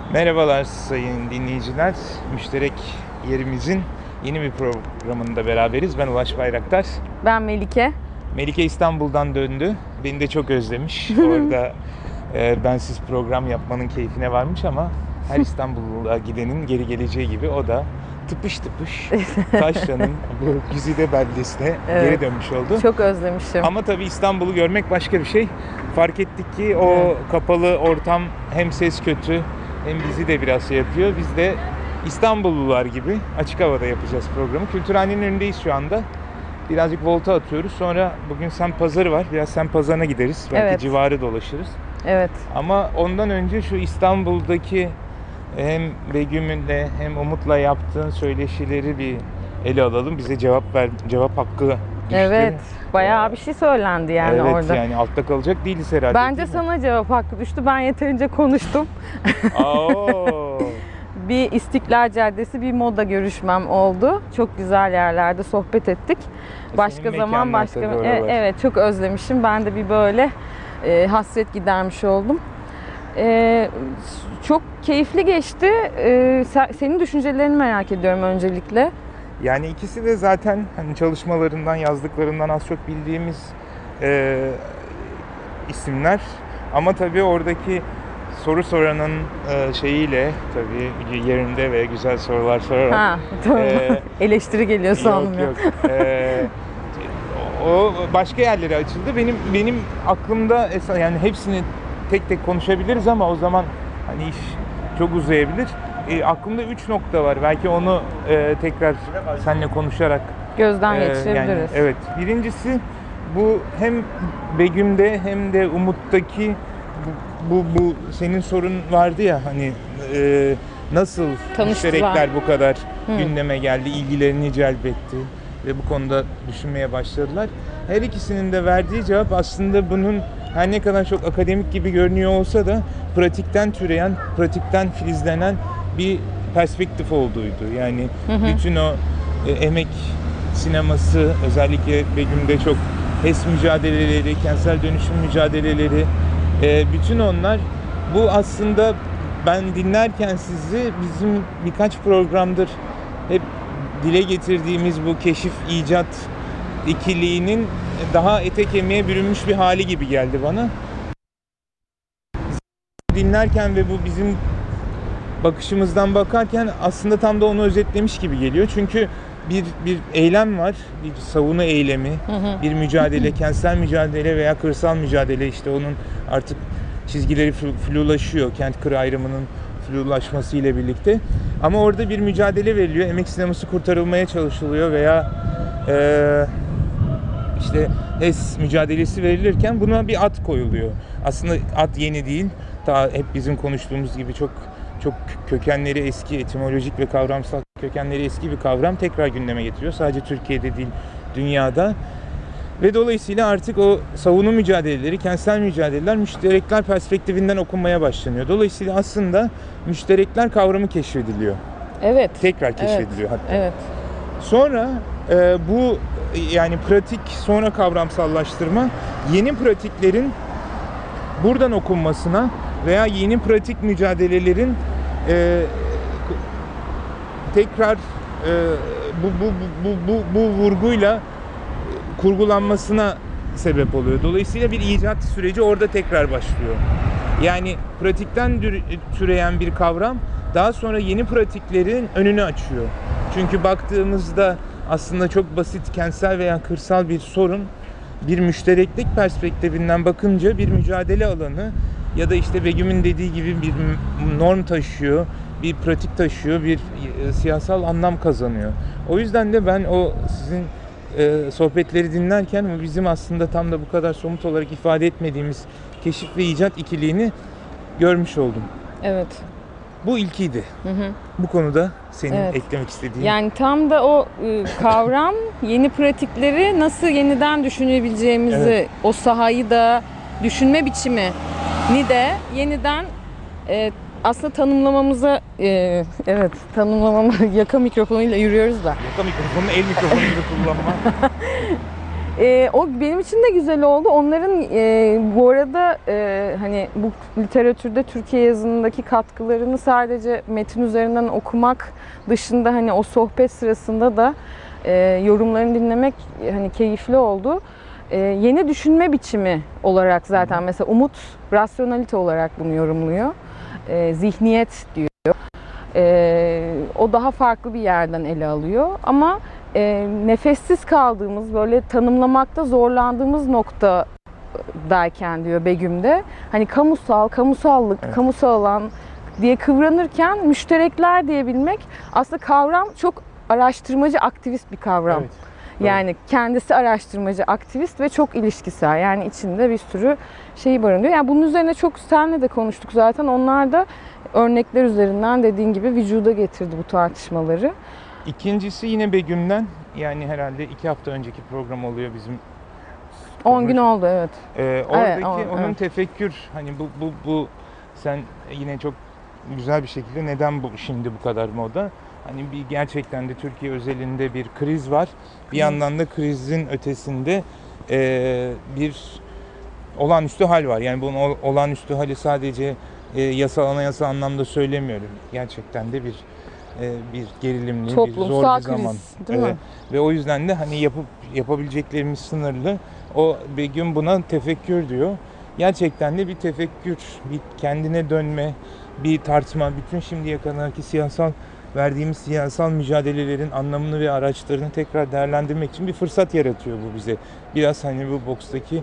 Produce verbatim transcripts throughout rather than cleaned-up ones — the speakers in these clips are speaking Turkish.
Merhabalar sayın dinleyiciler. Müşterek yerimizin yeni bir programında beraberiz. Ben Ulaş Bayraktar. Ben Melike. Melike İstanbul'dan döndü. Beni de çok özlemiş. Orada e, bensiz program yapmanın keyfine varmış ama her İstanbul'a gidenin geri geleceği gibi o da tıpış tıpış Taşra'nın bu güzide beldesine Evet. geri dönmüş oldu. Çok özlemişim. Ama tabii İstanbul'u görmek başka bir şey. Fark ettik ki o Evet. kapalı ortam hem ses kötü hem bizi de biraz şey yapıyor. Biz de İstanbullular gibi açık havada yapacağız programı. Kültürhanenin önündeyiz şu anda. Birazcık volta atıyoruz. Sonra bugün Semt Pazarı var. Biraz Semt Pazarı'na gideriz. Belki Evet. civarı dolaşırız. Evet. Ama ondan önce şu İstanbul'daki hem Begüm'ün de hem Umut'la yaptığın söyleşileri bir ele alalım. Bize cevap ver, cevap hakkı düştü. Evet. Bayağı bir şey söylendi yani evet, orada. yani altta kalacak değiliz herhalde. Bence değil mi? sana cevap hakkı düştü. Ben yeterince konuştum. Oo. Bir İstiklal Caddesi, bir moda görüşmem oldu. Çok güzel yerlerde sohbet ettik. Başka Senin zaman mekanın başka... tabii E, oralar. evet, çok özlemişim. Ben de bir böyle e, hasret gidermiş oldum. E, çok keyifli geçti. E, se- senin düşüncelerini merak ediyorum öncelikle. Yani ikisi de zaten hani çalışmalarından, yazdıklarından az çok bildiğimiz e, isimler. Ama tabii oradaki soru soranın e, şeyiyle tabii yerinde ve güzel sorular sorarak. Ha, tamam. e, Eleştiri geliyor sandım yok ya. yok. E, o başka yerlere açıldı. Benim benim aklımda esa- yani hepsini tek tek konuşabiliriz ama o zaman hani iş çok uzayabilir. E, aklımda üç nokta var. Belki onu e, tekrar seninle konuşarak Gözden e, geçirebiliriz. yani, evet. Birincisi bu hem Begüm'de hem de Umut'taki bu, bu, bu senin sorun vardı ya hani e, nasıl Tanıştılar. müşterekler bu kadar Hı. gündeme geldi, ilgilerini celbetti ve bu konuda düşünmeye başladılar. Her ikisinin de verdiği cevap aslında bunun her ne kadar çok akademik gibi görünüyor olsa da pratikten türeyen, pratikten filizlenen bir perspektif olduğuydu. Yani Hı hı. bütün o e, emek sineması, özellikle Begüm'de çok HES mücadeleleri, kentsel dönüşüm mücadeleleri, e, bütün onlar bu aslında ben dinlerken sizi bizim birkaç programdır hep dile getirdiğimiz bu keşif icat ikiliğinin daha ete kemiğe bürünmüş bir hali gibi geldi bana. Dinlerken ve bu bizim bakışımızdan bakarken aslında tam da onu özetlemiş gibi geliyor. Çünkü bir bir eylem var, bir savunu eylemi, Hı hı. bir mücadele, kentsel mücadele veya kırsal mücadele, işte onun artık çizgileri flu- flulaşıyor, kent kır ayrımının flulaşması ile birlikte. Ama orada bir mücadele veriliyor, emek sineması kurtarılmaya çalışılıyor veya eee işte HES mücadelesi verilirken buna bir ad koyuluyor. Aslında ad yeni değil. Daha hep bizim konuştuğumuz gibi çok çok kökenleri eski, etimolojik ve kavramsal kökenleri eski bir kavram tekrar gündeme getiriyor. Sadece Türkiye'de değil, dünyada. Ve dolayısıyla artık o savunma mücadeleleri, kentsel mücadeleler müşterekler perspektifinden okunmaya başlanıyor. Dolayısıyla aslında müşterekler kavramı keşfediliyor. Evet. Tekrar keşfediliyor hatta. Evet. Sonra e, bu yani pratik sonra kavramsallaştırma yeni pratiklerin buradan okunmasına veya yeni pratik mücadelelerin e, tekrar e, bu, bu, bu, bu, bu vurguyla kurgulanmasına sebep oluyor. Dolayısıyla bir icat süreci orada tekrar başlıyor. Yani pratikten türeyen bir kavram daha sonra yeni pratiklerin önünü açıyor. Çünkü baktığımızda aslında çok basit kentsel veya kırsal bir sorun bir müştereklik perspektifinden bakınca bir mücadele alanı ya da işte Begüm'ün dediği gibi bir norm taşıyor, bir pratik taşıyor, bir e, siyasal anlam kazanıyor. O yüzden de ben o sizin e, sohbetleri dinlerken bizim aslında tam da bu kadar somut olarak ifade etmediğimiz keşif ve icat ikiliğini görmüş oldum. Evet. Bu ilkiydi. Hı hı. Bu konuda senin Evet. eklemek istediğin. Yani tam da o e, kavram yeni pratikleri nasıl yeniden düşünebileceğimizi, Evet. o sahayı da düşünme biçimini de yeniden e, aslında tanımlamamıza e, evet tanımlamamı yaka mikrofonuyla yürüyoruz da. Yaka mikrofonunu el mikrofonu gibi kullanma. E, o benim için de güzel oldu. Onların e, bu arada e, hani bu literatürde Türkiye yazınındaki katkılarını sadece metin üzerinden okumak dışında hani o sohbet sırasında da e, yorumlarını dinlemek hani keyifli oldu. E, yeni düşünme biçimi olarak zaten mesela Umut rasyonalite olarak bunu yorumluyor. E, zihniyet diyor. E, o daha farklı bir yerden ele alıyor ama e, nefessiz kaldığımız, böyle tanımlamakta zorlandığımız noktadayken diyor Begüm'de, hani kamusal, kamusallık, evet. kamusal alan diye kıvranırken müşterekler diyebilmek aslında kavram çok araştırmacı, aktivist bir kavram. Evet. Yani kendisi araştırmacı, aktivist ve çok ilişkisel. Yani içinde bir sürü şeyi barındırıyor. Yani bunun üzerine çok senle de konuştuk zaten. Onlar da örnekler üzerinden dediğin gibi vücuda getirdi bu tartışmaları. İkincisi yine Begüm'den. Yani herhalde iki hafta önceki program oluyor bizim. on gün oldu, evet. Ee, oradaki evet, on, onun evet. tefekkür, hani bu, bu, bu sen yine çok güzel bir şekilde neden bu şimdi bu kadar moda? Hani bir gerçekten de Türkiye özelinde bir kriz var. Bir Hı. yandan da krizin ötesinde e, bir olağanüstü hal var. Yani bunun olağanüstü hali sadece e, yasal anayasa anlamda söylemiyorum. Gerçekten de bir e, bir gerilimli, toplumsal bir zor bir zaman. Kriz, değil mi? Ve o yüzden de hani yapıp yapabileceklerimiz sınırlı. O Begüm buna tefekkür diyor. Gerçekten de bir tefekkür, bir kendine dönme, bir tartışma. Bütün şimdiye kadarki siyasal verdiğimiz siyasal mücadelelerin anlamını ve araçlarını tekrar değerlendirmek için bir fırsat yaratıyor bu bize. Biraz hani bu bokstaki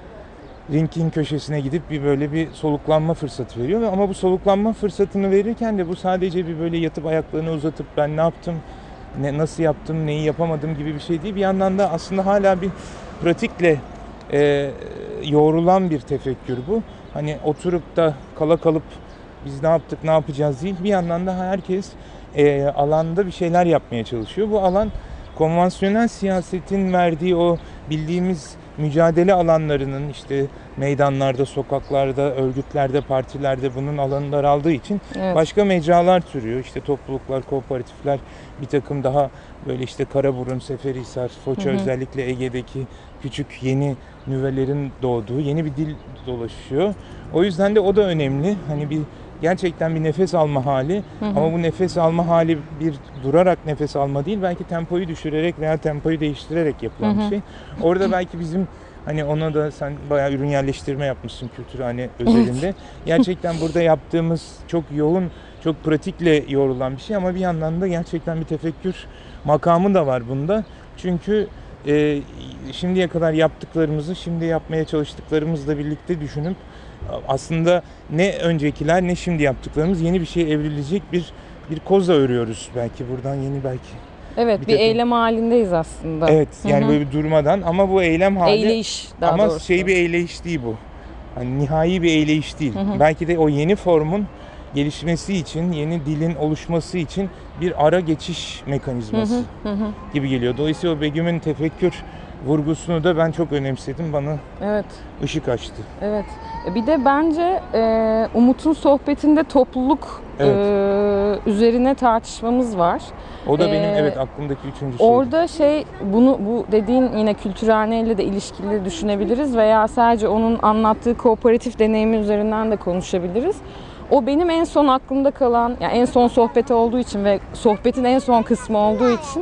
ringin köşesine gidip bir böyle bir soluklanma fırsatı veriyor. Ama bu soluklanma fırsatını verirken de bu sadece bir böyle yatıp ayaklarını uzatıp ben ne yaptım, ne, nasıl yaptım, neyi yapamadım gibi bir şey değil. Bir yandan da aslında hala bir pratikle e, yoğrulan bir tefekkür bu. Hani oturup da kala kalıp biz ne yaptık, ne yapacağız değil. Bir yandan da herkes e, alanda bir şeyler yapmaya çalışıyor. Bu alan konvansiyonel siyasetin verdiği o bildiğimiz mücadele alanlarının işte meydanlarda, sokaklarda, örgütlerde, partilerde bunun alanı daraldığı için evet. başka mecralar türüyor. İşte topluluklar, kooperatifler, bir takım daha böyle işte Karaburun, Seferihisar, Foça hı hı. özellikle Ege'deki küçük yeni nüvelerin doğduğu yeni bir dil dolaşıyor. O yüzden de o da önemli. Hani bir gerçekten bir nefes alma hali hı hı. ama bu nefes alma hali bir durarak nefes alma değil, belki tempoyu düşürerek veya tempoyu değiştirerek yapılan hı hı. bir şey. Orada belki bizim hani ona da sen bayağı ürün yerleştirme yapmışsın kültürhane özelinde. Gerçekten burada yaptığımız çok yoğun, çok pratikle yoğrulan bir şey ama bir yandan da gerçekten bir tefekkür makamı da var bunda. Çünkü e, şimdiye kadar yaptıklarımızı şimdi yapmaya çalıştıklarımızla birlikte düşünüp aslında ne öncekiler ne şimdi yaptıklarımız yeni bir şeye evrilecek bir bir koza örüyoruz belki buradan yeni belki. Evet bir, bir eylem halindeyiz aslında. Evet yani Hı-hı. böyle bir durmadan ama bu eylem hali eyleyiş daha ama doğrusu. şey bir eyleyiş değil bu. Hani nihai bir eyleyiş değil. Hı-hı. Belki de o yeni formun gelişmesi için, yeni dilin oluşması için bir ara geçiş mekanizması hı hı. gibi geliyor. Dolayısıyla o Begüm'ün tefekkür vurgusunu da ben çok önemsedim. Bana evet. ışık açtı. Evet. Bir de bence e, Umut'un sohbetinde topluluk evet. e, üzerine tartışmamız var. O da benim ee, evet aklımdaki üçüncü şey. Orada şey bunu bu dediğin yine kültürhaneyle de ilişkili düşünebiliriz veya sadece onun anlattığı kooperatif deneyimi üzerinden de konuşabiliriz. O benim en son aklımda kalan, yani en son sohbeti olduğu için ve sohbetin en son kısmı olduğu için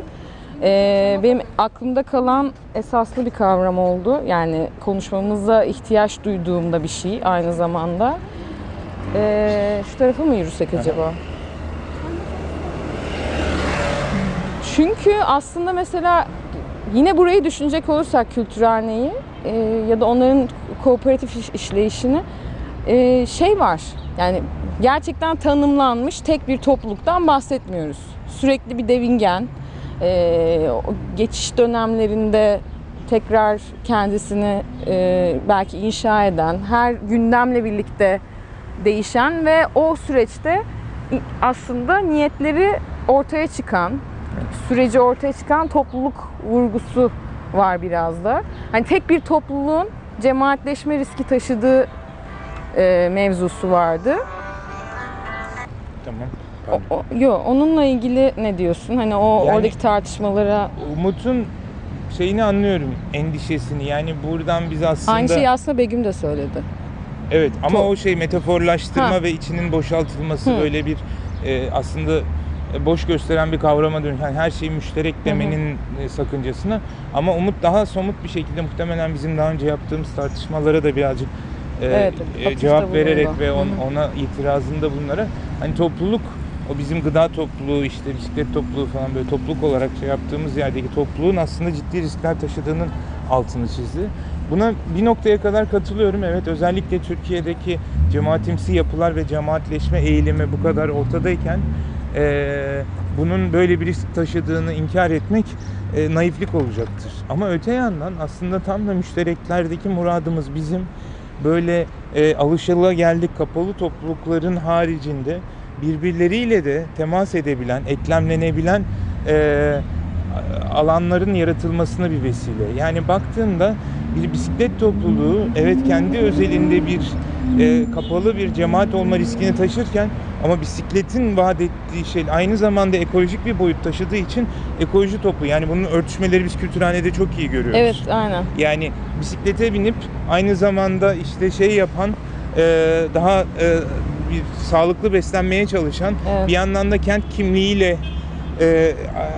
e, benim aklımda kalan esaslı bir kavram oldu. Yani konuşmamıza ihtiyaç duyduğumda bir şey aynı zamanda. E, şu tarafa mı yürüsek acaba? Çünkü aslında mesela yine burayı düşünecek olursak kültürhaneyi e, ya da onların kooperatif iş, işleyişini e, şey var. Yani gerçekten tanımlanmış tek bir topluluktan bahsetmiyoruz. Sürekli bir devingen, e, geçiş dönemlerinde tekrar kendisini e, belki inşa eden, her gündemle birlikte değişen ve o süreçte aslında niyetleri ortaya çıkan, süreci ortaya çıkan topluluk vurgusu var biraz da. Hani tek bir topluluğun cemaatleşme riski taşıdığı e, mevzusu vardı. Tamam. O, o, yo, onunla ilgili ne diyorsun? Hani o yani, oradaki tartışmalara. Umut'un şeyini anlıyorum, endişesini. Yani buradan biz aslında... Aynı şeyi aslında Begüm de söyledi. Evet ama Çok- o şey metaforlaştırma Ha. ve içinin boşaltılması Hı. böyle bir e, aslında boş gösteren bir kavrama dönüyor. Yani her şeyi müşterek demenin e, sakıncasına, ama Umut daha somut bir şekilde muhtemelen bizim daha önce yaptığımız tartışmalara da birazcık e, Evet, e, atıfta cevap bulundu. vererek ve on, Hı hı. ona itirazında bunlara hani topluluk, o bizim gıda topluluğu, işte bisiklet topluluğu falan, böyle topluluk olarak şey yaptığımız yerdeki topluluğun aslında ciddi riskler taşıdığının altını çizdi. Buna bir noktaya kadar katılıyorum. Evet, özellikle Türkiye'deki cemaatimsi yapılar ve cemaatleşme eğilimi bu kadar ortadayken e, bunun böyle bir risk taşıdığını inkar etmek e, naiflik olacaktır. Ama öte yandan aslında tam da müştereklerdeki muradımız bizim böyle e, alışılageldik kapalı toplulukların haricinde birbirleriyle de temas edebilen, eklemlenebilen e, alanların yaratılmasına bir vesile. Yani baktığında bir bisiklet topluluğu evet kendi özelinde bir e, kapalı bir cemaat olma riskini taşırken, ama bisikletin vaat ettiği şey aynı zamanda ekolojik bir boyut taşıdığı için ekoloji topluluğu. Yani bunun örtüşmeleri biz Kültürhane'de çok iyi görüyoruz. Evet, aynen. Yani bisiklete binip aynı zamanda işte şey yapan, e, daha e, bir sağlıklı beslenmeye çalışan, Evet. bir yandan da kent kimliğiyle e, e,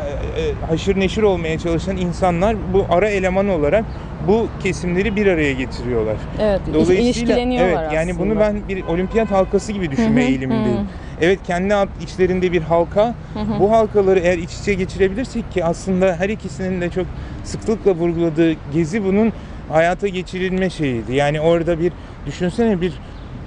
haşır neşir olmaya çalışan insanlar bu ara eleman olarak bu kesimleri bir araya getiriyorlar. Evet, Dolayısıyla ilişkileniyorlar evet, aslında. yani bunu ben bir olimpiyat halkası gibi düşünme Hı hı, eğilimindeyim. hı. Evet, kendi alt- içlerinde bir halka. Hı hı. Bu halkaları eğer iç içe geçirebilirsek, ki aslında her ikisinin de çok sıklıkla vurguladığı gezi bunun hayata geçirilme şeyiydi. Yani orada bir düşünsene, bir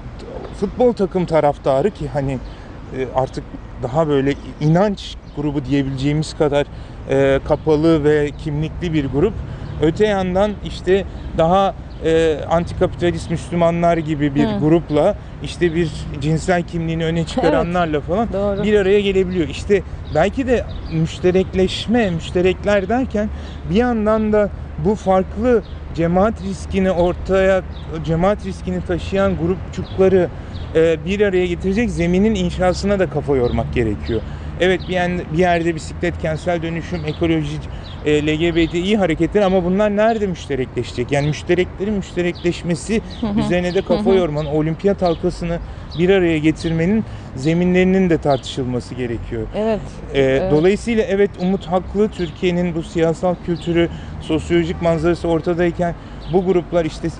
futbol takım taraftarı, ki hani e, artık daha böyle inanç grubu diyebileceğimiz kadar e, kapalı ve kimlikli bir grup. Öte yandan işte daha e, antikapitalist Müslümanlar gibi bir Hı. grupla, işte bir cinsel kimliğini öne çıkaranlarla falan Doğru. bir araya gelebiliyor. İşte belki de müşterekleşme, müşterekler derken bir yandan da bu farklı cemaat riskini ortaya, cemaat riskini taşıyan grupçukları e, bir araya getirecek zeminin inşasına da kafa yormak gerekiyor. Evet, bir, yen, bir yerde bisiklet, kentsel dönüşüm, ekoloji, e, L G B T İ hareketler, ama bunlar nerede müşterekleşecek? Yani müştereklerin müşterekleşmesi üzerine de kafa yormanın, olimpiyat halkasını bir araya getirmenin zeminlerinin de tartışılması gerekiyor. Evet. Ee, evet. Dolayısıyla evet, Umut haklı. Türkiye'nin bu siyasal kültürü, sosyolojik manzarası ortadayken bu gruplar işte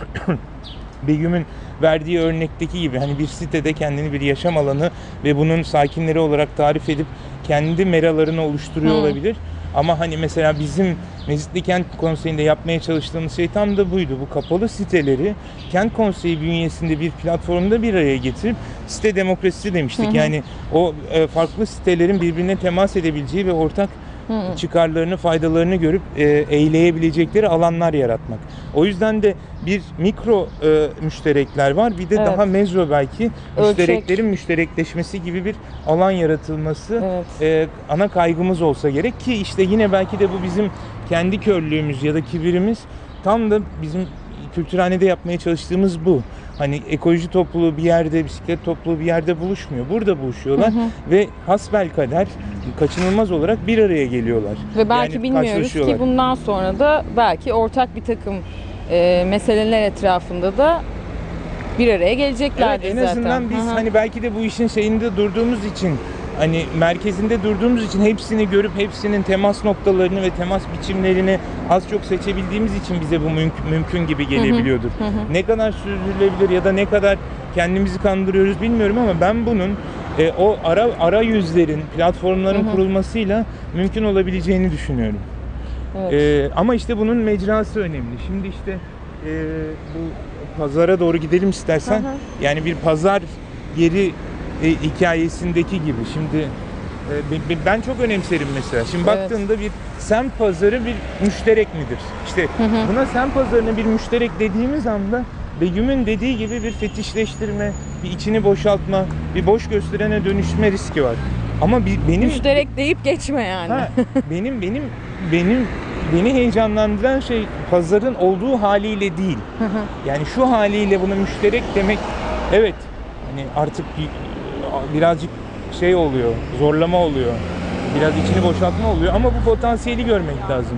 Begüm'ün verdiği örnekteki gibi hani bir sitede kendini bir yaşam alanı ve bunun sakinleri olarak tarif edip kendi meralarını oluşturuyor Hı. olabilir. Ama hani mesela bizim Mezitli Kent Konseyi'nde yapmaya çalıştığımız şey tam da buydu. Bu kapalı siteleri Kent Konseyi bünyesinde bir platformda bir araya getirip site demokrasisi demiştik. Hı hı. Yani o e, farklı sitelerin birbirine temas edebileceği ve ortak Hı. çıkarlarını, faydalarını görüp e, eyleyebilecekleri alanlar yaratmak. O yüzden de bir mikro e, müşterekler var. Bir de Evet. daha mezro, belki Ölçek. müştereklerin müşterekleşmesi gibi bir alan yaratılması Evet. e, ana kaygımız olsa gerek, ki işte yine belki de bu bizim kendi körlüğümüz ya da kibirimiz, tam da bizim Kültürhane'de yapmaya çalıştığımız bu. Hani ekoloji topluluğu bir yerde, bisiklet topluluğu bir yerde buluşmuyor. Burada buluşuyorlar Hı hı. ve hasbelkader kaçınılmaz olarak bir araya geliyorlar. Ve belki Yani bilmiyoruz karşılaşıyorlar. ki bundan sonra da belki ortak bir takım e, meseleler etrafında da bir araya Evet, geleceklerdir en zaten. azından biz Hı hı. hani belki de bu işin şeyinde durduğumuz için, hani merkezinde durduğumuz için, hepsini görüp hepsinin temas noktalarını ve temas biçimlerini az çok seçebildiğimiz için bize bu mümkün, mümkün gibi gelebiliyordur. Hı hı. Ne kadar sürdürülebilir ya da ne kadar kendimizi kandırıyoruz bilmiyorum, ama ben bunun e, o ara ara yüzlerin, platformların Hı hı. kurulmasıyla mümkün olabileceğini düşünüyorum. Evet. Ee, ama işte bunun mecrası önemli. Şimdi işte e, bu pazara doğru gidelim istersen. Hı hı. Yani bir pazar yeri e, hikayesindeki gibi. Şimdi e, be- be- ben çok önemserim mesela. Şimdi Evet. baktığında bir semt pazarı bir müşterek midir? İşte Hı hı. buna semt pazarına bir müşterek dediğimiz anda Begüm'ün dediği gibi bir fetişleştirme, bir içini boşaltma, bir boş gösterene dönüşme riski var. Ama bir, benim Müşterek deyip geçme yani. Ha, benim benim benim beni heyecanlandıran şey pazarın olduğu haliyle değil. Hı hı. Yani şu haliyle buna müşterek demek, evet, hani artık bir- birazcık şey oluyor, zorlama oluyor. Biraz içini boşaltma oluyor, ama bu potansiyeli görmek lazım.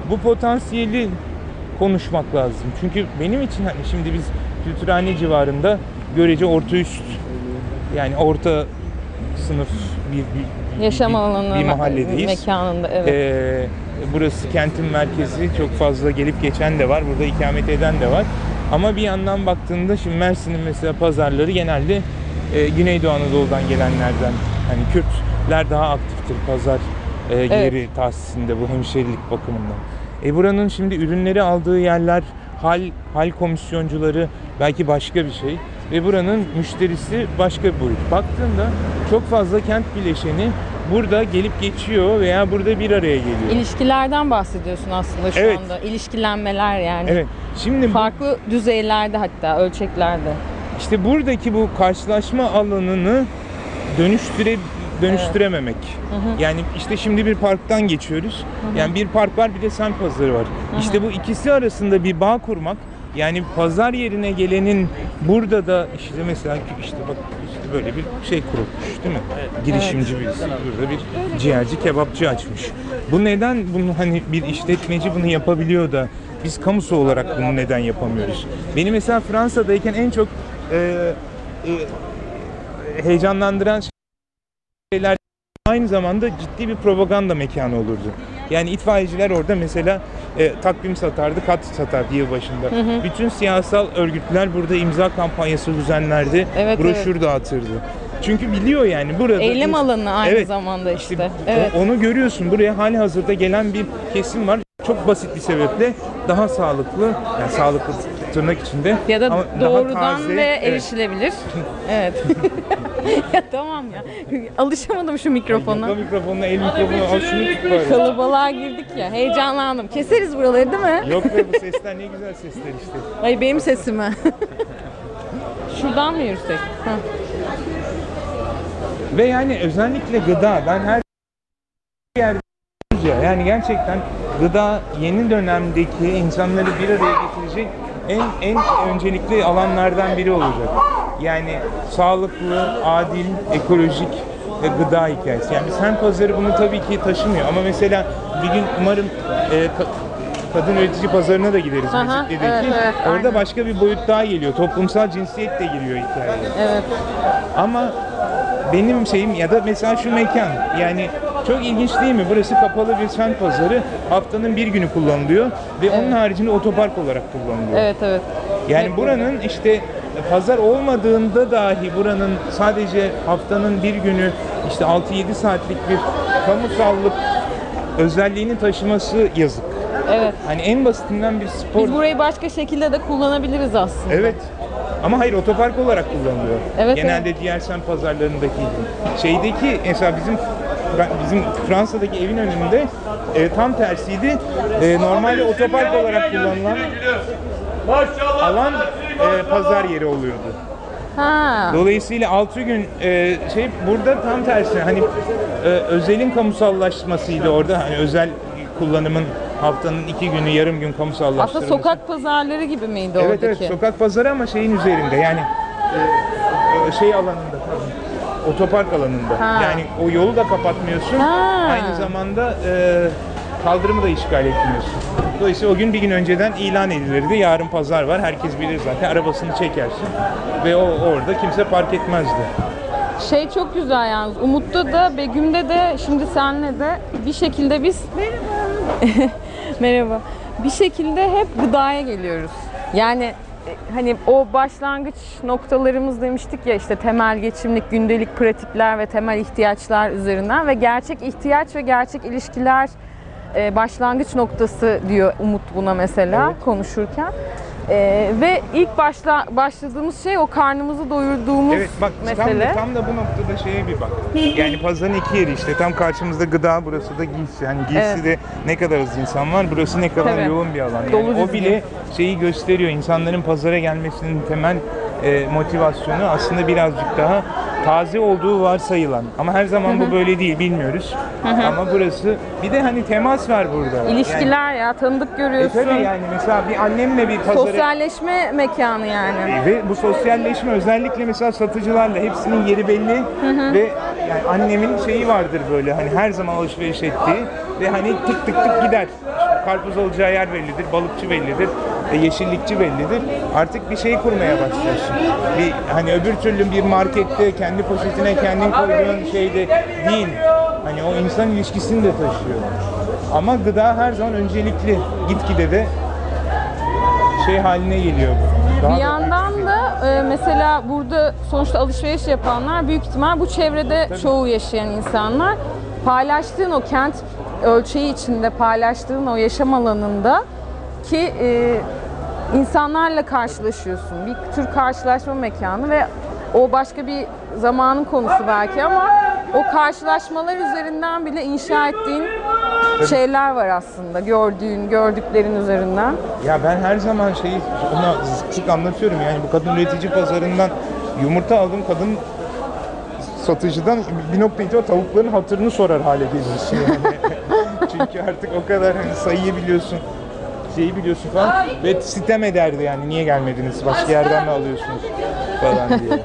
bu potansiyeli konuşmak lazım. Çünkü benim için hani şimdi biz Kültürhane civarında görece orta üst, yani orta sınıf bir, bir, Yaşam bir, alanı bir mahalledeyiz. Mekanında, evet. Ee, burası kentin merkezi, çok fazla gelip geçen de var, burada ikamet eden de var. Ama bir yandan baktığında şimdi Mersin'in mesela pazarları genelde e, Güneydoğu Anadolu'dan gelenlerden, hani Kürtler daha aktiftir pazar e, geliri evet. tahsisinde, bu hemşerilik bakımından. E buranın şimdi ürünleri aldığı yerler, hal hal komisyoncuları belki başka bir şey ve buranın müşterisi başka bir boyut. Baktığında çok fazla kent bileşeni burada gelip geçiyor veya burada bir araya geliyor. İlişkilerden bahsediyorsun aslında şu evet. anda. İlişkilenmeler yani. Evet. Şimdi farklı bu, düzeylerde, hatta ölçeklerde. İşte buradaki bu karşılaşma alanını dönüştüre dönüştürememek. Evet. Hı hı. Yani işte şimdi bir parktan geçiyoruz. Hı hı. Yani bir park var, bir de semt pazarı var. Hı hı. İşte bu ikisi arasında bir bağ kurmak, yani pazar yerine gelenin burada da işte mesela işte bak işte böyle bir şey kurulmuş değil mi? Evet. Girişimci evet. birisi burada bir ciğerci, kebapçı açmış. Bu neden bunu hani bir işletmeci bunu yapabiliyor da biz kamusu olarak bunu neden yapamıyoruz? Beni mesela Fransa'dayken en çok e, e, heyecanlandıran şeyler aynı zamanda ciddi bir propaganda mekanı olurdu. Yani itfaiyeciler orada mesela e, takvim satardı, kat satardı yılbaşında. Hı hı. Bütün siyasal örgütler burada imza kampanyası düzenlerdi, evet, broşür evet. dağıtırdı. Çünkü biliyor yani burada... Eylem alanı aynı evet, zamanda işte. işte evet. Onu görüyorsun, buraya hali hazırda gelen bir kesim var. Çok basit bir sebeple daha sağlıklı, yani sağlıklı tırnak içinde. Ya da ama doğrudan daha taze, ve erişilebilir. Evet. Ya tamam ya. Alışamadım şu mikrofona. Ay, mikrofonla, el mikrofonu al şunu tut bari. Kalıbalığa girdik ya. Heyecanlandım. Keseriz buraları değil mi? Yok be, bu sesler ne güzel sesler işte. Ay benim sesimi. Şuradan mı yürüsek? Ha. Ve yani özellikle gıda, ben her yerde yani gerçekten gıda yeni dönemdeki insanları bir araya getirecek en en öncelikli alanlardan biri olacak. Yani sağlıklı, adil, ekolojik ve gıda hikayesi. Yani semt pazarı bunu tabii ki taşımıyor ama mesela bir gün umarım e, ka- kadın üretici pazarına da gideriz Mezitli'deki. Evet, evet, orada aynen. Başka bir boyut daha geliyor. Toplumsal cinsiyet de giriyor hikayeye. Evet. Ama benim şeyim ya da mesela şu mekan, yani çok ilginç değil mi? Burası kapalı bir semt pazarı. Haftanın bir günü kullanılıyor ve evet. onun haricinde otopark olarak kullanılıyor. Evet, evet. Yani evet, buranın evet. işte pazar olmadığında dahi buranın sadece haftanın bir günü işte altı yedi saatlik bir kamusallık özelliğini taşıması yazık. Evet. Hani en basitinden bir spor. Biz burayı başka şekilde de kullanabiliriz aslında. Evet. Ama hayır, otopark olarak kullanılıyor. Evet, genelde evet. diğer semt pazarlarındaki şeydeki mesela bizim bizim Fransa'daki evin önünde e, tam tersiydi. E, normalde otopark olarak kullanılan alan e, pazar yeri oluyordu. Ha. Dolayısıyla altı gün e, şey burada tam tersi, hani e, özelin kamusallaşmasıydı orada, hani özel kullanımın haftanın iki günü, yarım gün kamusallaştırılması. Aslında sokak pazarları gibi miydi evet, oradaki? Evet evet, sokak pazarı ama şeyin üzerinde, yani e, şey alanında, pardon, otopark alanında. Ha. Yani o yolu da kapatmıyorsun, ha. aynı zamanda e, kaldırımı da işgal etmiyorsun. Dolayısıyla o gün bir gün önceden ilan edilirdi. Yarın pazar var, herkes bilir zaten, arabasını çekersin ve o orada kimse park etmezdi. Şey çok güzel yalnız, Umut'ta da Begüm'de de şimdi senle de bir şekilde biz merhaba merhaba bir şekilde hep gıdaya geliyoruz. Yani hani o başlangıç noktalarımız demiştik ya, işte temel geçimlik, gündelik pratikler ve temel ihtiyaçlar üzerinden ve gerçek ihtiyaç ve gerçek ilişkiler başlangıç noktası diyor Umut buna mesela, evet. konuşurken. Ee, ve ilk başla başladığımız şey o karnımızı doyurduğumuz evet, bak, mesele. Tam, tam da bu noktada şeye bir bak. Yani pazarın iki yeri işte. Tam karşımızda gıda, burası da giysi. Yani giysi de evet. ne kadar az insan var, burası ne kadar Tabii. yoğun bir alan. Yani o bile şeyi gösteriyor. İnsanların pazara gelmesinin temel e, motivasyonu aslında birazcık daha taze olduğu varsayılan. Ama her zaman Hı-hı. bu böyle değil, bilmiyoruz. Hı-hı. Ama burası, bir de hani temas var burada. İlişkiler yani, ya, tanıdık görüyorsun. E tabii yani mesela bir annemle bir pazara... Sosyalleşme mekanı yani. E, ve bu sosyalleşme özellikle mesela satıcılarla hepsinin yeri belli. Hı-hı. Ve yani annemin şeyi vardır böyle, hani her zaman alışveriş ettiği ve hani tık tık tık gider. karpuz olacağı yer bellidir, balıkçı bellidir, e, yeşillikçi bellidir. Artık bir şey kurmaya başlıyorsun. Bir hani öbür türlü bir markette kendi poşetine kendin koyduğun şeyde değil. Hani o insan ilişkisini de taşıyor. Ama gıda her zaman öncelikli. Gitgide de şey haline geliyor. Daha Bir da yandan da e, mesela burada sonuçta alışveriş yapanlar büyük ihtimal bu çevrede Tabii. çoğu yaşayan insanlar. Paylaştığın o kent ölçeği içinde paylaştığın o yaşam alanında ki e, insanlarla karşılaşıyorsun. Bir tür karşılaşma mekanı ve o başka bir zamanın konusu belki ama o karşılaşmalar üzerinden bile inşa ettiğin şeyler var aslında. Gördüğün, gördüklerin üzerinden. Ya ben her zaman şeyi ona sık sık anlatıyorum, yani bu kadın üretici pazarından yumurta aldım, kadın satıcıdan bir nokta itibariyle tavukların hatırını sorar hale gelmiş yani. Çünkü artık o kadar hani sayıyı biliyorsun, şeyi biliyorsun falan ve sitem ederdi yani, niye gelmediniz, başka yerden mi alıyorsunuz falan diye.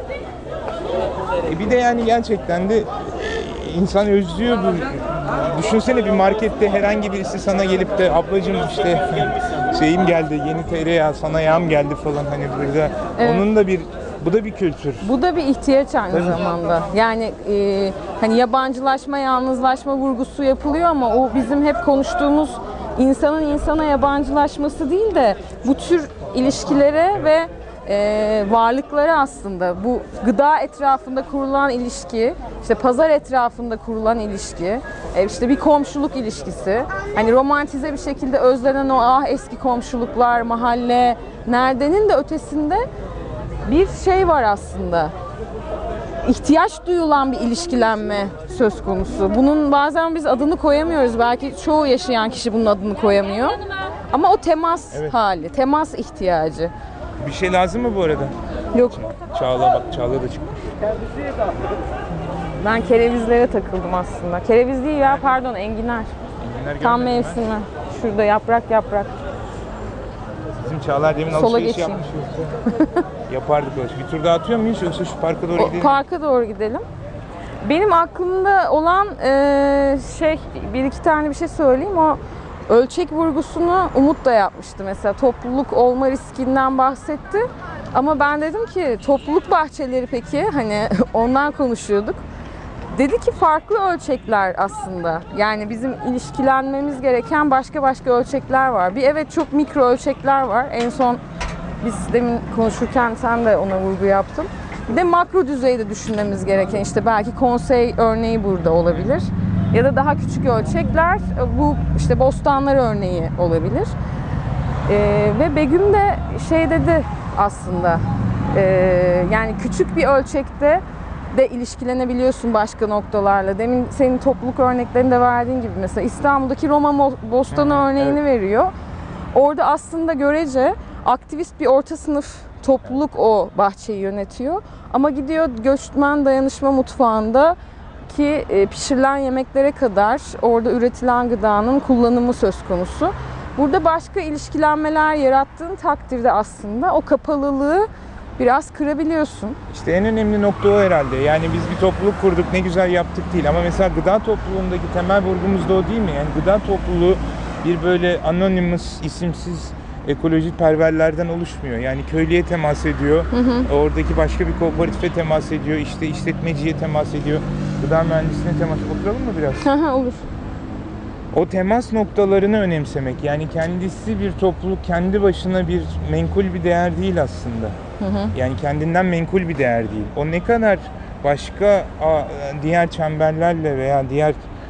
E bir de yani gerçekten de insan özlüyor bu. Düşünsene bir markette herhangi birisi sana gelip de ablacığım işte şeyim geldi, yeni tereyağı, sana yağım geldi falan, hani burada Evet. onun da bir, bu da bir kültür. Bu da bir ihtiyaç aynı Tabii. zamanda. Yani e, hani yabancılaşma, yalnızlaşma vurgusu yapılıyor ama o bizim hep konuştuğumuz insanın insana yabancılaşması değil de bu tür ilişkilere ve e, varlıklara aslında bu gıda etrafında kurulan ilişki, işte pazar etrafında kurulan ilişki, e, işte bir komşuluk ilişkisi. Hani romantize bir şekilde özlenen o ah eski komşuluklar, mahalle, neredenin de ötesinde bir şey var aslında. İhtiyaç duyulan bir ilişkilenme söz konusu. Bunun bazen biz adını koyamıyoruz. Belki çoğu yaşayan kişi bunun adını koyamıyor. Ama o temas Evet. hali, temas ihtiyacı. Bir şey lazım mı bu arada? Yok, Çağla bak, Çağla da çıkmış. ben kerevizlere takıldım aslında. Kereviz değil ya, pardon, enginar. Enginler Tam görmedim ben. mevsimi. Şurada yaprak yaprak. Bizim Çağlar demin Sola alışveriş geçeyim. yapmış yoksa yapardık alışveriş. Bir tur daha atıyor muyuz yoksa şu parka doğru O, gidelim? parka doğru gidelim. Benim aklımda olan e, şey, bir iki tane bir şey söyleyeyim. O ölçek vurgusunu Umut da yapmıştı mesela. Topluluk olma riskinden bahsetti. Ama ben dedim ki topluluk bahçeleri peki, hani ondan konuşuyorduk. Dedi ki farklı ölçekler aslında. Yani bizim ilişkilenmemiz gereken başka başka ölçekler var. Bir evet çok mikro ölçekler var. En son biz demin konuşurken sen de ona vurgu yaptın. Bir de makro düzeyde düşünmemiz gereken, işte belki konsey örneği burada olabilir. Ya da daha küçük ölçekler, bu işte Bostanlar örneği olabilir. Ee, ve Begüm de şey dedi aslında, ee, yani küçük bir ölçekte de ilişkilenebiliyorsun başka noktalarla. Demin senin topluluk örneklerinde verdiğin gibi mesela İstanbul'daki Roma Mo- Bostanı Hı hı, örneğini evet. veriyor. Orada aslında görece aktivist bir orta sınıf topluluk o bahçeyi yönetiyor. Ama gidiyor göçmen dayanışma mutfağında ki e, pişirilen yemeklere kadar orada üretilen gıdanın kullanımı söz konusu. Burada başka ilişkilenmeler yarattığın takdirde aslında o kapalılığı biraz kırabiliyorsun. İşte en önemli nokta o herhalde. Yani biz bir topluluk kurduk, ne güzel yaptık değil. Ama mesela gıda topluluğundaki temel vurgumuz da o değil mi? Yani gıda topluluğu bir böyle anonymous, isimsiz ekolojik perverlerden oluşmuyor. Yani köylüye temas ediyor, Hı hı. oradaki başka bir kooperatife temas ediyor, işte işletmeciye temas ediyor, gıda mühendisine temas ediyor. Oturalım mı biraz? Hı hı, olur. O temas noktalarını önemsemek. Yani kendisi bir topluluk, kendi başına bir menkul bir değer değil aslında. Hı hı. Yani kendinden menkul bir değer değil. O ne kadar başka a, diğer çemberlerle veya diğer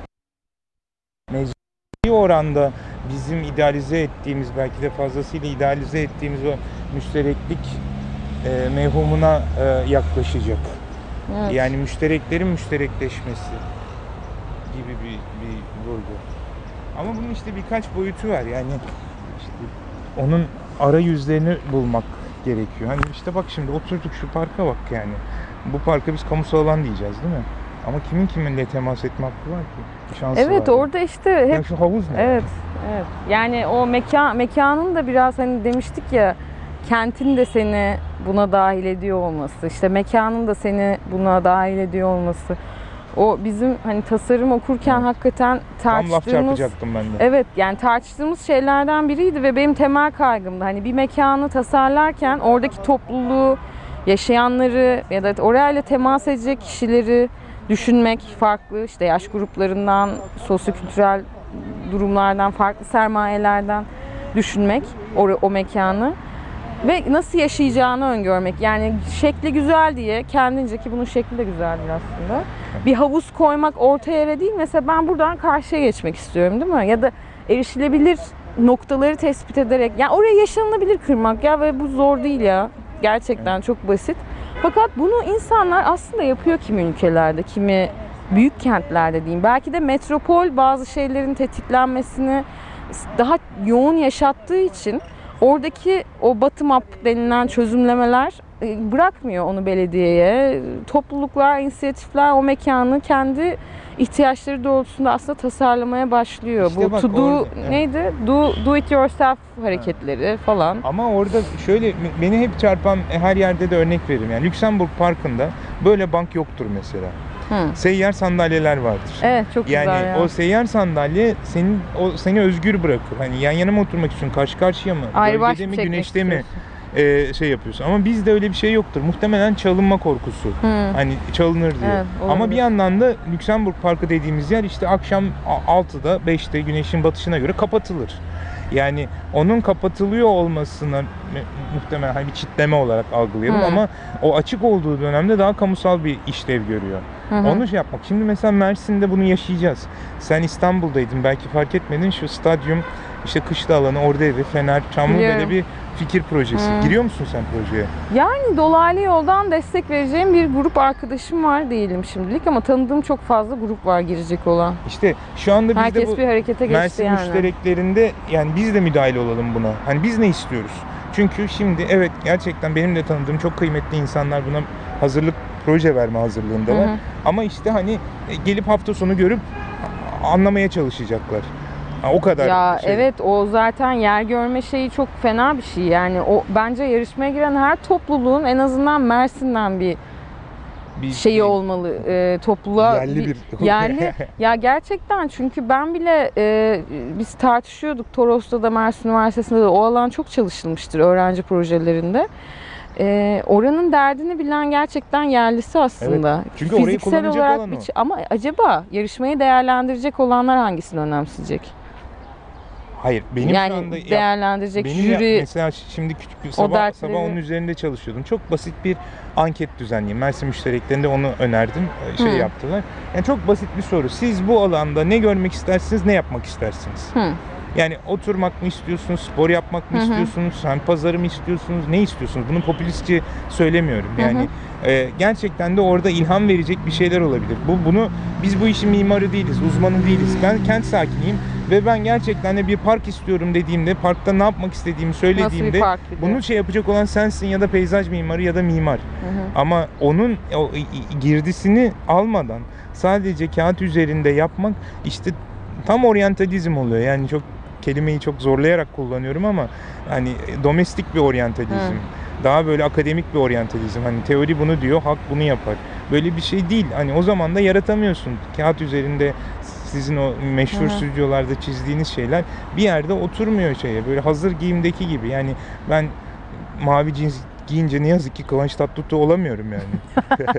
mecburi oranda bizim idealize ettiğimiz, belki de fazlasıyla idealize ettiğimiz o müştereklik e, mevhumuna e, yaklaşacak. Evet. Yani müştereklerin müşterekleşmesi gibi bir, bir vurgu. Ama bunun işte birkaç boyutu var. Yani işte onun arayüzlerini bulmak gerekiyor. Hani işte bak şimdi oturduk şu parka bak yani. Bu parka biz kamusal alan diyeceğiz değil mi? Ama kimin kiminle temas etme hakkı var ki? Şansı Evet, var. orada işte hep Ya şu havuz ne? evet, evet. Yani o mekan mekanın da biraz hani demiştik ya, kentin de seni buna dahil ediyor olması, işte mekanın da seni buna dahil ediyor olması. O bizim hani tasarım okurken Evet. hakikaten Tam laf tartıştığımız çarpacaktım ben de. evet yani tartıştığımız şeylerden biriydi ve benim temel kaygımdı. Hani bir mekanı tasarlarken oradaki topluluğu, yaşayanları ya da orayla temas edecek kişileri düşünmek, farklı işte yaş gruplarından, sosyokültürel durumlardan, farklı sermayelerden düşünmek o, o mekanı ve nasıl yaşayacağını öngörmek. Yani şekli güzel diye kendince, ki bunun şekli de güzeldir aslında, bir havuz koymak orta yere değil. Mesela ben buradan karşıya geçmek istiyorum, değil mi? Ya da erişilebilir noktaları tespit ederek, yani oraya yaşanılabilir kırmak ya, ve bu zor değil ya. Gerçekten çok basit. Fakat bunu insanlar aslında yapıyor kimi ülkelerde, kimi büyük kentlerde diyeyim. Belki de metropol bazı şeylerin tetiklenmesini daha yoğun yaşattığı için oradaki o bottom up denilen çözümlemeler bırakmıyor onu belediyeye. Topluluklar, inisiyatifler o mekanı kendi ihtiyaçları doğrultusunda aslında tasarlamaya başlıyor. İşte Bu bak to do orada, neydi? Do, do it yourself hareketleri falan. Ama orada şöyle beni hep çarpan, her yerde de örnek veririm. Yani Lüksemburg Parkı'nda böyle bank yoktur mesela. Hı. Seyyar sandalyeler vardır. Evet, çok yani güzel ya. o seyyar sandalye senin o seni özgür bırakır. Hani yan yana mı oturmak istiyorsun, karşı karşıya mı, Ayrı baş gölgede mı mi, çekmek güneşte mi istiyorsun? e, şey yapıyorsun. Ama bizde öyle bir şey yoktur. Muhtemelen çalınma korkusu. Hı. Hani çalınır diye. Evet, Ama olabilir. bir yandan da Lüksemburg Parkı dediğimiz yer işte akşam altıda beşte güneşin batışına göre kapatılır. Yani onun kapatılıyor olmasına muhtemelen hani bir çitleme olarak algılayalım Hı. ama o açık olduğu dönemde daha kamusal bir işlev görüyor. Hı hı. Onu şey yapmak. Şimdi mesela Mersin'de bunu yaşayacağız. Sen İstanbul'daydın, belki fark etmedin, şu stadyum, işte kışla alanı, orada evi, Fener, Çamlıbel'e Biliyorum. bir fikir projesi. Hı. Giriyor musun sen projeye? Yani dolaylı yoldan destek vereceğim bir grup arkadaşım var diyelim şimdilik, ama tanıdığım çok fazla grup var girecek olan. İşte şu anda biz Herkes de bu bir harekete geçti Mersin yani. müştereklerinde yani biz de müdahale olalım buna. Hani biz ne istiyoruz? Çünkü şimdi evet, gerçekten benim de tanıdığım çok kıymetli insanlar buna hazırlık, proje verme hazırlığındalar. Hı hı. Ama işte hani gelip hafta sonu görüp anlamaya çalışacaklar. Ha, o kadar Ya şey. evet, o zaten yer görme şeyi çok fena bir şey. Yani o bence yarışmaya giren her topluluğun en azından Mersin'den bir Bir- şeyi bir- olmalı, e, topluluğa Yerli bir- yerli ya gerçekten, çünkü ben bile e, biz tartışıyorduk Toros'ta da Mersin Üniversitesi'nde de, o alan çok çalışılmıştır öğrenci projelerinde. E, oranın derdini bilen gerçekten yerlisi aslında. Evet, çünkü orayı Fiziksel kullanacak olarak olan o. bir- ama acaba yarışmayı değerlendirecek olanlar hangisini önemseyecek? Hayır, benim yani şu anda yap- değerlendirecek benim ya- jüri. mesela şimdi küçük bir sabah dertleri- sabah onun üzerinde çalışıyordum. Çok basit bir anket düzenleyeyim. Mersin müştereklerinde onu önerdim. Şey Hı. yaptılar. Yani çok basit bir soru. Siz bu alanda ne görmek istersiniz, ne yapmak istersiniz? Hı. Yani oturmak mı istiyorsunuz, spor yapmak mı Hı hı. istiyorsunuz, sen pazarı mı istiyorsunuz, ne istiyorsunuz? Bunu popülistçe söylemiyorum. Yani e, gerçekten de orada ilham verecek bir şeyler olabilir. Bu bunu biz bu işin mimarı değiliz, uzmanı değiliz. Ben kent sakiniyim ve ben gerçekten de bir park istiyorum dediğimde, parkta ne yapmak istediğimi söylediğimde park bir de? bunu şey yapacak olan sensin, ya da peyzaj mimarı ya da mimar. Ama onun o i- i- girdisini almadan sadece kağıt üzerinde yapmak işte tam oryantalizm oluyor. Yani çok kelimeyi çok zorlayarak kullanıyorum ama hani domestik bir oryantalizm. Hı. Daha böyle akademik bir oryantalizm. Hani teori bunu diyor, halk bunu yapar. Böyle bir şey değil. Hani o zaman da yaratamıyorsun. Kağıt üzerinde sizin o meşhur Hı hı. stüdyolarda çizdiğiniz şeyler bir yerde oturmuyor şeye. Böyle hazır giyimdeki gibi. Yani ben mavi cins giyince ne yazık ki Kıvanç Tatlıtuğ olamıyorum yani.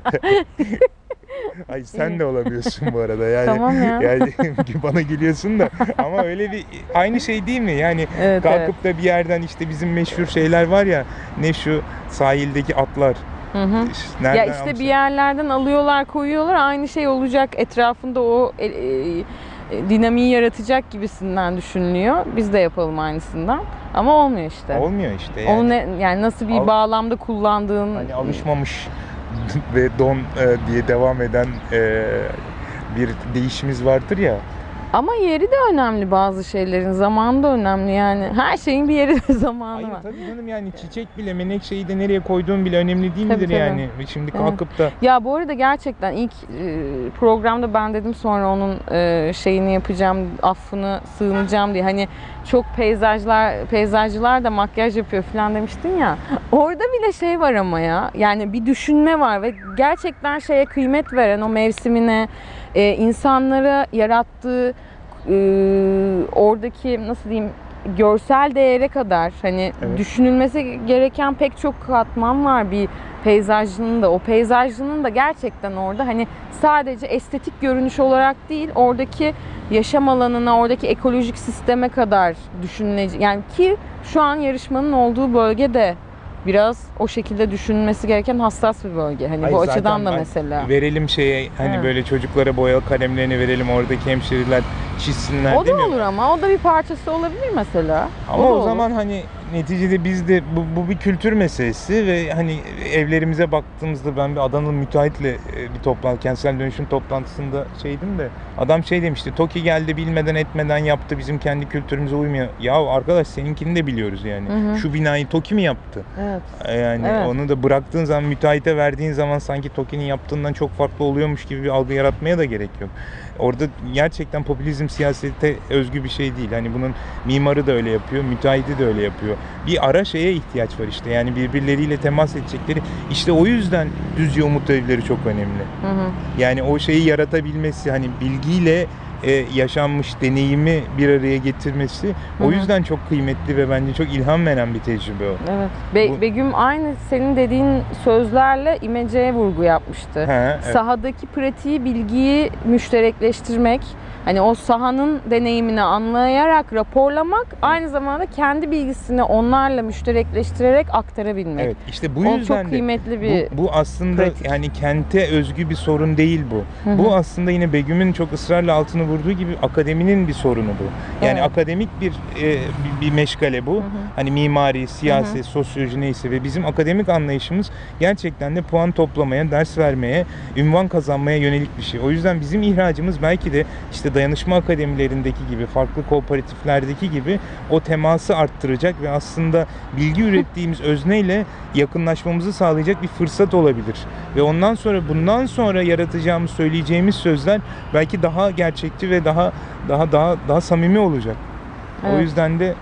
Ay sen de olamıyorsun bu arada yani. Tamam ya. Yani bana gülüyorsun da ama öyle bir aynı şey değil mi? Yani Evet, kalkıp da bir yerden işte bizim meşhur şeyler var ya, ne şu sahildeki atlar. Hı hı. Nereden Ya işte almışlar? bir yerlerden alıyorlar, koyuyorlar, aynı şey olacak, etrafında o e, e, e, dinamiği yaratacak gibisinden düşünülüyor. Biz de yapalım aynısından. Ama olmuyor işte. Olmuyor işte yani. Onu ne, yani nasıl bir Al- bağlamda kullandığın, Hani alışmamış ve don e, diye devam eden e, bir değişimiz vardır ya. Ama yeri de önemli bazı şeylerin. Zamanı da önemli yani. Her şeyin bir yeri ve zamanı Hayır var. tabii canım, yani çiçek bile, menekşeyi de nereye koyduğun bile önemli değil Tabii, midir tabii. yani? Şimdi kalkıp da Ya bu arada gerçekten ilk e, programda ben dedim sonra onun e, şeyini yapacağım, affını sığınacağım diye. Hani çok peyzajlar, peyzajcılar da makyaj yapıyor falan demiştin ya. Orada bile şey var ama ya. Yani bir düşünme var ve gerçekten şeye kıymet veren, o mevsimine, e, insanlara yarattığı e, oradaki nasıl diyeyim, görsel değere kadar hani Evet. düşünülmesi gereken pek çok katman var bir peyzajcının da. O peyzajcının da gerçekten orada hani sadece estetik görünüş olarak değil, oradaki yaşam alanına, oradaki ekolojik sisteme kadar düşünülecek. Yani ki şu an yarışmanın olduğu bölge de biraz o şekilde düşünülmesi gereken hassas bir bölge. Hani Hayır, bu zaten açıdan da ben mesela. verelim şeye, hani He. böyle çocuklara boya kalemlerini verelim, oradaki hemşireler çizsinler, O da değil mi? olur ama o da bir parçası olabilir mesela. Ama da o olur. zaman hani neticede biz de bu, bu bir kültür meselesi ve hani evlerimize baktığımızda ben bir Adanalı müteahhitle e, bir toplantı, kentsel dönüşüm toplantısında şeydim de adam şey demişti, TOKİ geldi bilmeden etmeden yaptı, bizim kendi kültürümüze uymuyor. Ya arkadaş, seninkini de biliyoruz yani. Hı hı. Şu binayı TOKİ mi yaptı? Evet. Yani Evet. onu da bıraktığın zaman, müteahhite verdiğin zaman sanki TOKİ'nin yaptığından çok farklı oluyormuş gibi bir algı yaratmaya da gerek yok. Orada gerçekten popülizm siyasete özgü bir şey değil. Hani bunun mimarı da öyle yapıyor, müteahhiti de öyle yapıyor. Bir ara şeye ihtiyaç var işte. Yani birbirleriyle temas edecekleri. İşte o yüzden Düzce Umut Evleri çok önemli. Hı hı. Yani o şeyi yaratabilmesi, hani bilgiyle e, yaşanmış deneyimi bir araya getirmesi, Hı o hı. yüzden çok kıymetli ve bence çok ilham veren bir tecrübe o. Evet. Be- Bu- Begüm aynı senin dediğin sözlerle imeceye vurgu yapmıştı. He, evet. Sahadaki pratiği, bilgiyi müşterekleştirmek, hani o sahanın deneyimini anlayarak raporlamak, aynı zamanda kendi bilgisini onlarla müşterekleştirerek aktarabilmek. Evet, işte bu O yüzden çok de kıymetli bir bu, bu aslında pratik. yani kente özgü bir sorun değil bu. Hı hı. Bu aslında yine Begüm'ün çok ısrarla altını vurduğu gibi akademinin bir sorunu bu. Yani Evet. akademik bir, e, bir bir meşgale bu. Hı hı. Hani mimari, siyaset, Hı hı. sosyoloji neyse ve bizim akademik anlayışımız gerçekten de puan toplamaya, ders vermeye, ünvan kazanmaya yönelik bir şey. O yüzden bizim ihracımız belki de işte dayanışma akademilerindeki gibi, farklı kooperatiflerdeki gibi o teması arttıracak ve aslında bilgi ürettiğimiz özneyle yakınlaşmamızı sağlayacak bir fırsat olabilir. Ve ondan sonra, bundan sonra yaratacağımız, söyleyeceğimiz sözler belki daha gerçekçi ve daha daha daha daha samimi olacak. O Evet. yüzden de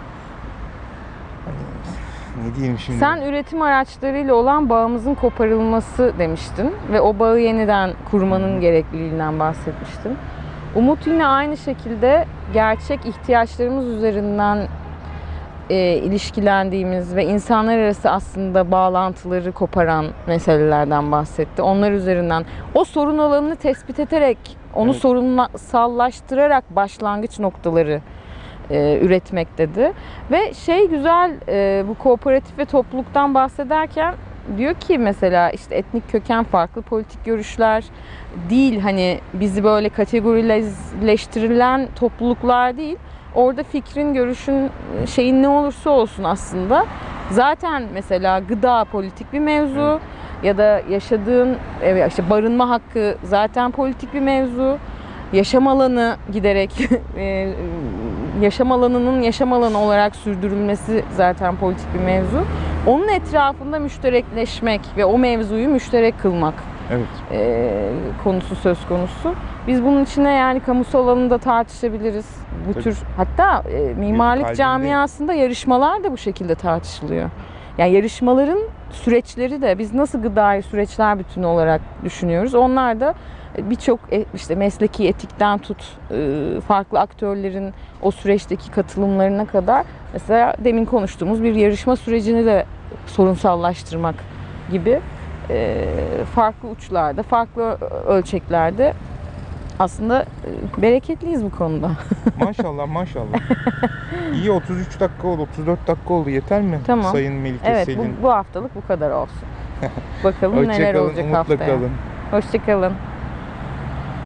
ne diyeyim şimdi? Sen üretim araçlarıyla olan bağımızın koparılması demiştin ve o bağı yeniden kurmanın gerekliliğinden bahsetmiştin. Umut yine aynı şekilde gerçek ihtiyaçlarımız üzerinden e, ilişkilendiğimiz ve insanlar arası aslında bağlantıları koparan meselelerden bahsetti. Onlar üzerinden o sorun alanını tespit ederek, onu Evet. sorunsallaştırarak başlangıç noktaları e, üretmek dedi. Ve şey güzel, e, bu kooperatif ve topluluktan bahsederken diyor ki mesela işte etnik köken, farklı politik görüşler değil, hani bizi böyle kategorileştirilen topluluklar değil. Orada fikrin, görüşün, şeyin ne olursa olsun aslında zaten mesela gıda politik bir mevzu, Evet. ya da yaşadığın evet, işte barınma hakkı zaten politik bir mevzu. Yaşam alanı giderek e, yaşam alanının yaşam alanı olarak sürdürülmesi zaten politik bir mevzu. Onun etrafında müşterekleşmek ve o mevzuyu müşterek kılmak Evet. e, konusu söz konusu. Biz bunun içine yani kamusal alanında tartışabiliriz. Bu Tabii. tür hatta e, mimarlık kalbinde- camiasında yarışmalar da bu şekilde tartışılıyor. Yani yarışmaların süreçleri de biz nasıl gıdayı süreçler bütünü olarak düşünüyoruz. Onlar da birçok e, işte mesleki etikten tut e, farklı aktörlerin o süreçteki katılımlarına kadar mesela demin konuştuğumuz bir yarışma sürecini de sorunsallaştırmak gibi e, farklı uçlarda, farklı ölçeklerde aslında e, bereketliyiz bu konuda. Maşallah maşallah. İyi, otuz üç dakika oldu, otuz dört dakika oldu. Yeter mi? Tamam. Sayın Melike Evet, Selin. bu, bu haftalık bu kadar olsun. Bakalım Hoşça neler kalın, olacak umutla haftaya. kalın. Hoşça kalın.